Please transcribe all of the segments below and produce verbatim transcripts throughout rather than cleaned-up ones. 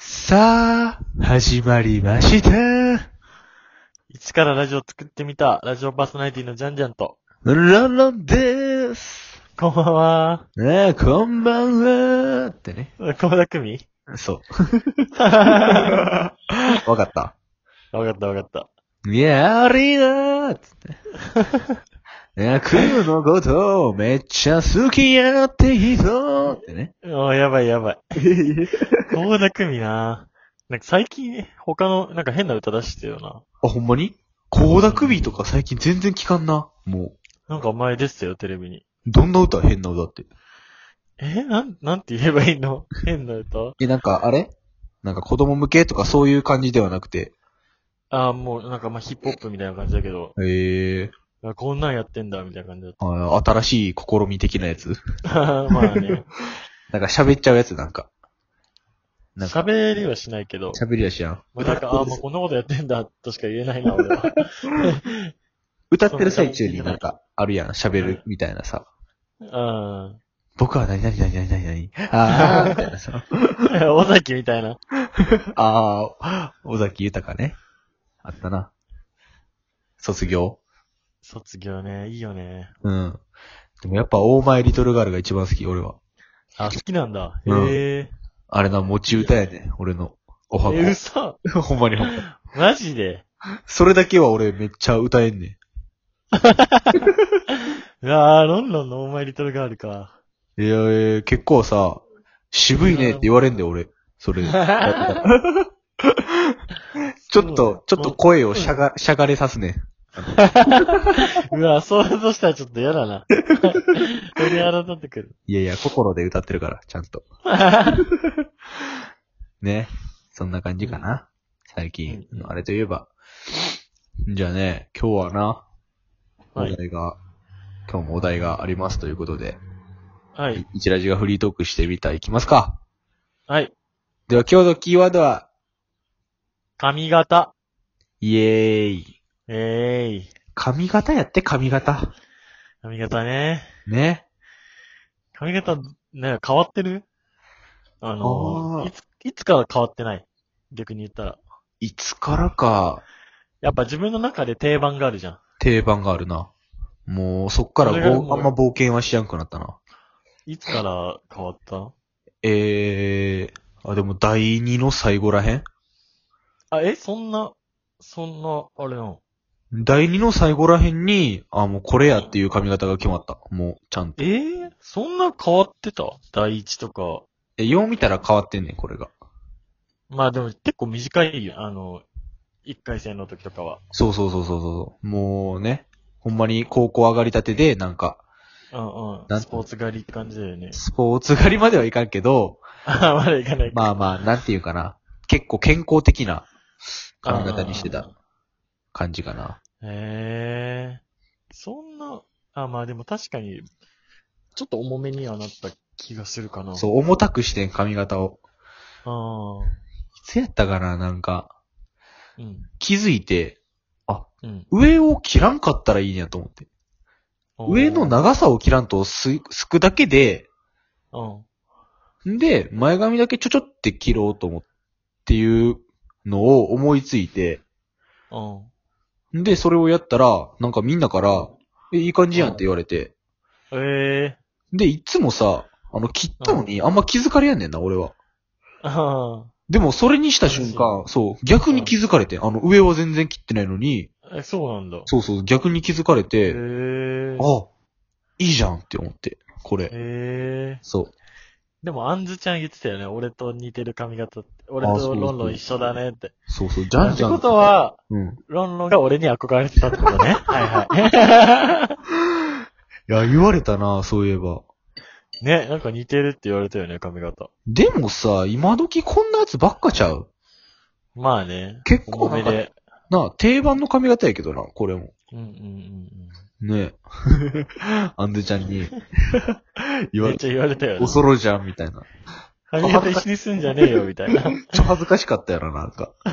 さあ、始まりました。 一からラジオ作ってみた、ラジオパーソナリティのジャンジャンと、 ロロでーす。 こんばんは。 ねえ、こんばんはってね。 コ田久美そう。 わわかった。 かったわかった。 やりだーっつって。いや、クーのことめっちゃ好きやって人ってね。 おー、やばいやばい。コ田久美な。なんか最近、他の、なんか変な歌出してるよな。 あ、ほんまにコ田首とか最近全然聞かんな。もなんか前出てたよ、テレビに。 う。どんな歌変な歌って。 えなん、なんて言えばいいの変な歌え、なんかあれなんか子供向けとかそういう感じではなくて。 あー、もう、なんかまあヒップホップみたいな感じだけど、 へえあこんなんやってんだ、みたいな感じだっー、あ新しい試み的なやつ。 た。まあね。 なんか喋っちゃうやつなんか。なんか、 喋りはしないけど、 喋りやしやん。 まあ、なんか、ああ、もうこんなことやってんだ、としか言えないな、俺は。 歌ってる最中になんか、あるやん、喋るみたいなさ。 うん。 僕は何々何々何々。あー、みたいなさ。 尾崎みたいな。 あー、尾崎豊ね。あったな。卒業。 卒業ね、いいよね。 うん。でもやっぱ、オーマイリトルガールが一番好き、俺は。 あ、好きなんだ。 うんへえ。 あれな、持ち歌やね、俺の。おはえ、嘘こ。ほんまにほんまに。 マジでそれだけは俺めっちゃ歌えんねうわぁ、ロンロンのオーマイリトルガールか。 ん。いや、えー結構さ、渋いねって言われんで、俺。それ。ちょっと、ちょっと声をしゃが、しゃがれさすね。 うわぁ、想像したらちょっと嫌だな。鳥肌立ってくる。 いやいや、心で歌ってるから、ちゃんと。ね。そんな感じかな。最近うんのあれといえば。じゃあね、今日はな、おはい。 題が、今日もお題がありますということで、 はい。 一ラジがフリートークしてみたいきますか。 はい。 では今日のキーワードは、 髪型。 イエーイ。 えーい。 髪型やって髪型。 髪型ね。 ね。 髪型、ね、変わってるあのあーいつ、いつから変わってない逆に言ったら。 いつからか、 やっぱ自分の中で定番があるじゃん。 定番があるな。もう、そっからそれがもうぼあんま冒険はしやんくなったな。 いつから変わったえー、あ、でも第二の最後らへんあ、え、そんな、そんな、あれなの第二の最後らへんに、あ、もうこれやっていう髪型が決まった。もう、ちゃんと。 えー、そんな変わってた第一とか。 え、よう見たら変わってんねん、これが。 まあでも結構短いよ。あの、一回戦の時とかは。 そうそうそうそうそう。もうね、ほんまに高校上がりたてで、なんか、 うんうなんん。スポーツ狩りって感じだよね。 スポーツ狩りまではいかんけど、 あ、まだいかないか。 まあまあ、なんていうかな。結構健康的な髪型にしてた感じかな。 へえー。そんな、あ、まあでも確かに、ちょっと重めにはなった気がするかな。 そう、重たくしてん、髪型を。 ああ。 いつやったかな、なんか、 うん。 気づいて、 うん。 上を切らんかったらいいんやと思って。上の長さを切らんとす、すくだけで、 うん。 んで、前髪だけちょちょって切ろうと思っていうのを思いついて、 うん。 んで、それをやったら、なんかみんなから、え、いい感じやんって言われて、 ええで、いつもさ、あの、切ったのにあんま気づかれやんねんな、俺は。 あでも、それにした瞬間、そう、逆に気づかれてん。あの、上は全然切ってないのに、 あ。え、そうなんだ。 そうそう、逆に気づかれえて、 えあ、いいじゃんって思って、これ。 ええそう。 でも、あんずちゃん言ってたよね。俺と似てる髪型って。俺あそうそうとロンロン一緒だねって。 そうそう、じゃんじゃん。 ってことは、 うん。 ロンロンが俺に憧れてたってことね。はいはい。 いや、言われたな、そういえば。 ね、なんか似てるって言われたよね、髪型。 でもさ、今時こんなやつばっかちゃう。 まあね。 結構重めで。 なあ、定番の髪型やけどな、これも。 うんうんうんねえ。アンデちゃんに、 うん。 言われ、 めっちゃ言われたよね。 恐ろじゃん、みたいな。 髪型一緒にすんじゃねえよ、みたいな。 ちょ恥ずかしかったやろ、なんか。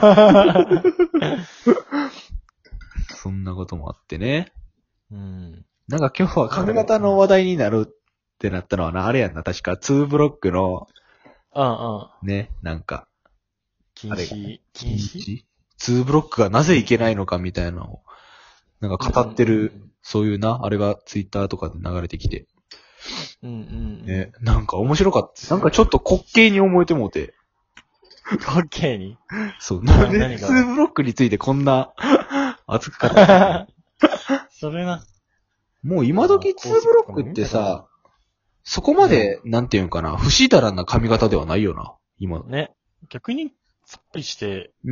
そんなこともあってね。 うん。 なんか今日は髪型の話題になるってなったのはな、あれやんな、確か、ツーブロックの、 うんうん。 ね、なんか、 禁止、禁止ツーブロックがなぜいけないのかみたいなのを、なんか語ってる、 うんそういうな、あれがツイッターとかで流れてきて。 うんうん。 ね、なんか面白かった。なんかちょっと滑稽に思えてもうて。 滑稽にそう、なんで何がツーブロックについてこんな熱く語ってるのそれな。 もう今時ツーブロックってさ、そこまで、なんていうのかな、不死だらな髪型ではないよな、今。 ね。逆に、さっぱりして、 うん。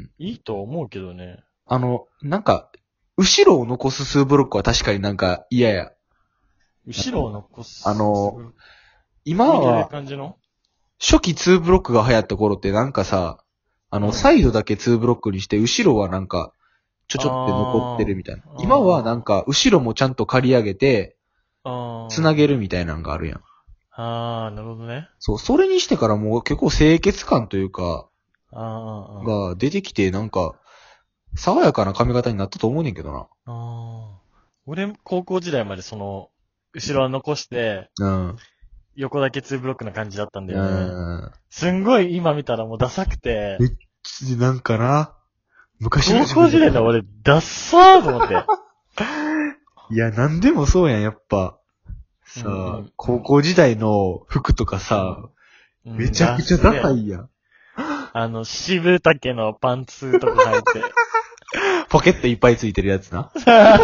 いいと思うけどね。 あの、なんか、後ろを残すツーブロックは確かになんか嫌や。 後ろを残す。 あの、今見てるは、 感じの初期ツーブロックが流行った頃ってなんかさ、あの、 うんサイドだけツーブロックにして、後ろはなんか、ちょちょって残ってるみたいな。 あー今はなんか、後ろもちゃんと刈り上げて、 ああ。 つなげるみたいなのがあるやん。 ああ、なるほどね。 そう、それにしてからもう結構清潔感というか、 ああ、 が出てきて、なんか、爽やかな髪型になったと思うねんけどな。 ああ。俺、高校時代までその、後ろは残して、 うん。 横だけツーブロックな感じだったんだうよね。 ん。 すんごい今見たらもうダサくて、 えなんかな、昔の高校時代の俺、ダッサーと思って。 いや、なんでもそうやん、やっぱ。さあ、 うんうん高校時代の服とかさ、 うんめちゃくちゃダサいやん。 あの、渋丈のパンツとか履いて。 ポケットいっぱいついてるやつな。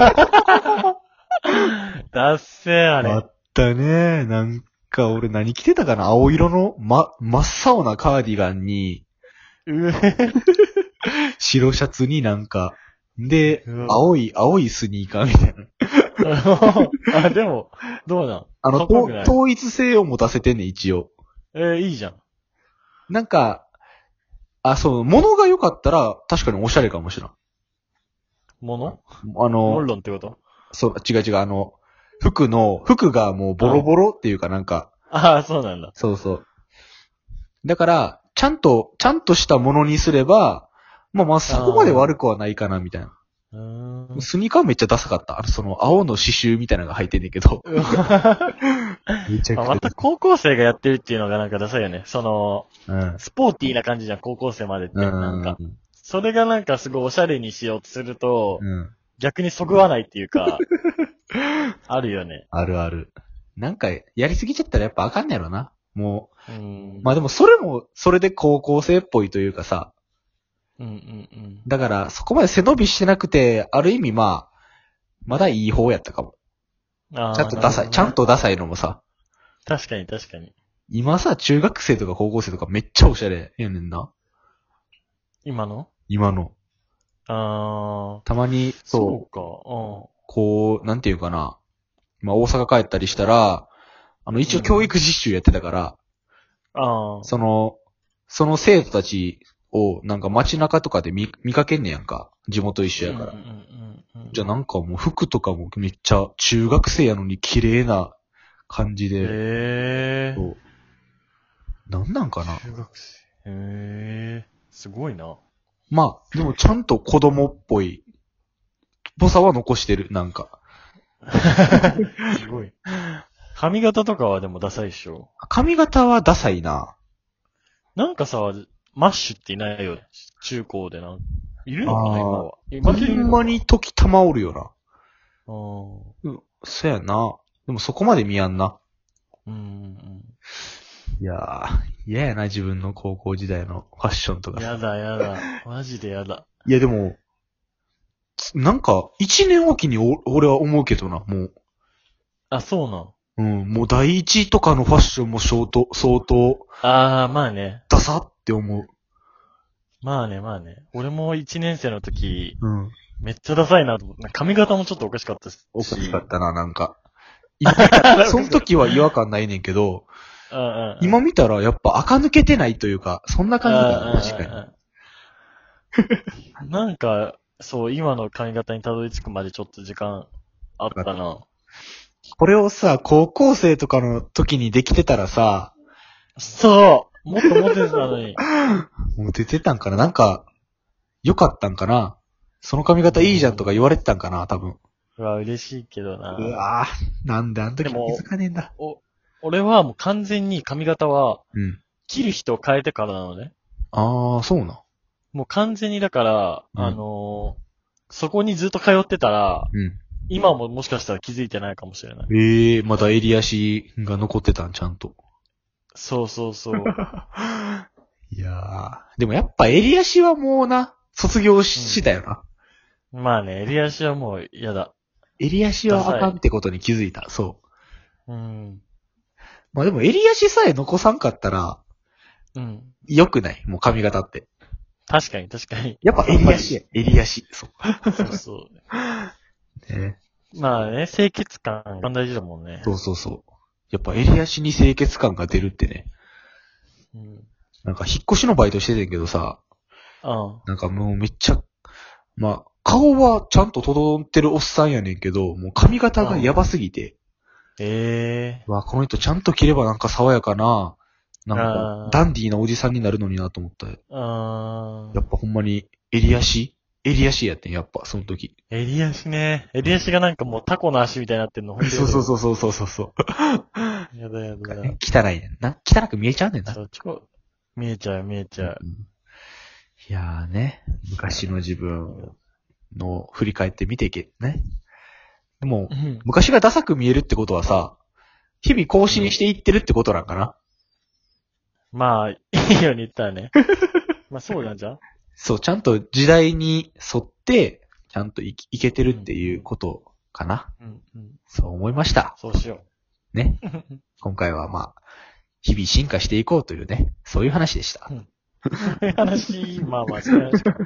ダッセー、ああれ。 ったね。なんか俺何着てたかな、青色の、ま、真っ青なカーディガンに、 うえ白シャツになんか、でう、わ青い、青いスニーカーみたいな。 あ、でも、どうなんあの、 かっこよくない統一性を持たせてんねん、一応。 えー、いいじゃん。 なんか、あ、そう、物が良かったら、確かにおしゃれかもしれん。 ものあモンの、 ロンってことそう、違う違う、あの、服の、服がもうボロボロっていうかなんか、 ああ、そうなんだ。 そうそう。だから、ちゃんと、ちゃんとしたものにすれば、まあまあそこまで悪くはないかな、みたいな。 うーん。 スニーカーめっちゃダサかった。あの、その、青の刺繍みたいなのが入ってんねんけど。めちゃくちゃ。 あまた高校生がやってるっていうのがなんかダサいよね。その、 うん。 スポーティーな感じじゃん、高校生までって。 うん。 なんか。それがなんかすごいおしゃれにしようとすると、 うん。 逆にそぐわないっていうか、あるよね。 あるある。なんか、やりすぎちゃったらやっぱあかんねやろな。もうん。 う。まあでもそれも、それで高校生っぽいというかさ。 うんうんうん。 だから、そこまで背伸びしてなくて、ある意味まあ、まだいい方やったかも。 あーちゃんとダサい、 なるほどねちゃんとダサいのもさ。 確かに確かに。 今さ、中学生とか高校生とかめっちゃおしゃれやねんな。 今の今の。 ああ、 たまに、そう、 そうか。 こう、なんていうかな。まあ大阪帰ったりしたら、あの、一応教育実習やってたから、 うん。ああ。 その、その生徒たちをなんか街中とかで見、見かけんねやんか。地元一緒やから。 うんうんうんうん。 じゃあなんかもう服とかもめっちゃ中学生やのに綺麗な感じで。 へえ。 そうなんなんかな。 中学生。へえ。すごいな。 まあ、でもちゃんと子供っぽい、ぽさは残してる、なんか。 すごい。髪型とかはでもダサいっしょ。 髪型はダサいな。 なんかさ、マッシュっていないよね。中高でな。いるのかなあー今は。 ほ今いるのんまに時たまおるよな。 あーうん、そやな。でもそこまで見やんな。 うんうんいやー、嫌やな、自分の高校時代のファッションとうん。 か。 やだやだ。マジでやだ。 いやでも、つなんか、一年おきにお俺は思うけどな、もう。 あ、そうなん。 うん、もう第一とかのファッションも相当、相当、 ああ、まあね。 ダサって思う。 まあね、まあね。俺も一年生の時、 うん。 めっちゃダサいなと思って。髪型もちょっとおかしかったし。 おかしかったな、なんか。今、その時は違和感ないねんけど、 うんうんうん。 今見たらやっぱ垢抜けてないというか、そんな感じだな、確かに。 に。なんか、そう、今の髪型にたどり着くまでちょっと時間あったな。 これをさ、高校生とかの時にできてたらさ、 そうもっとモテてたのに。 もう出てたんかななんか、良かったんかなその髪型いいじゃんとか言われてたんかな多分。 うわ、嬉しいけどな。 うわぁ、なんであの時気でもづかねえんだ。 お、俺はもう完全に髪型は、 うん。 切る人を変えてからなのね。 ああ、そうな。 もう完全にだから、 うんあのーそこにずっと通ってたら、 うん。 今ももしかしたら気づいてないかもしれない。 ええまだ襟足が残ってたん、ちゃんと。 そうそうそう。 いやー。でもやっぱ襟足はもうな、卒業し,、 うんしたよな。 まあね、襟足はもう嫌だ。 襟足はあかんってことに気づいた。そう。 うん。 まあでも襟足さえ残さんかったら、 うん。 良くないもう髪型って。 確かに確かに。 やっぱ襟足や。襟足。そう。 そうそう。 ね、 まあね、清潔感が大事だもんね。 そうそうそう。やっぱ襟足に清潔感が出るってね。 うん。 なんか引っ越しのバイトしててんけどさ、 あなんかもうめっちゃ、まあ、顔はちゃんと整ってるおっさんやねんけど、もう髪型がやばすぎて、 ええうわ、この人ちゃんと着ればなんか爽やかな、なんあかーダンディーなおじさんになるのになと思った。 ー。あやっぱほんまに襟足襟足やってん、やっぱ、その時。 ー。襟足ね。襟足がなんかもうタコの足みたいになってんの。ほんとそうそうう。 そうそうそうそうそう。 やだやだ。 汚いねんな。汚く見えちゃうねんな。 そう、ちょ、見えちゃう見えちゃう。 うんいやーね、昔の自分の振り返ってみていけ、ね。でもう、ん。 昔がダサく見えるってことはさ、日々更新していってるってことなんかな。 まあ、いいように言ったらね。まあそうなんじゃん。 そう、ちゃんと時代に沿って、ちゃんといいけてるっていうことかな。 うんうん。 そう思いました。 そうしよね。 う。 今回はまあ、日々進化していこうというね、そういう話でした。 そういう話、まあまあ、そういう話か。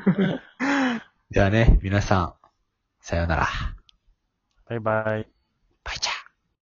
ではね、皆さん、さようなら。 バイバイ。 バイチャー。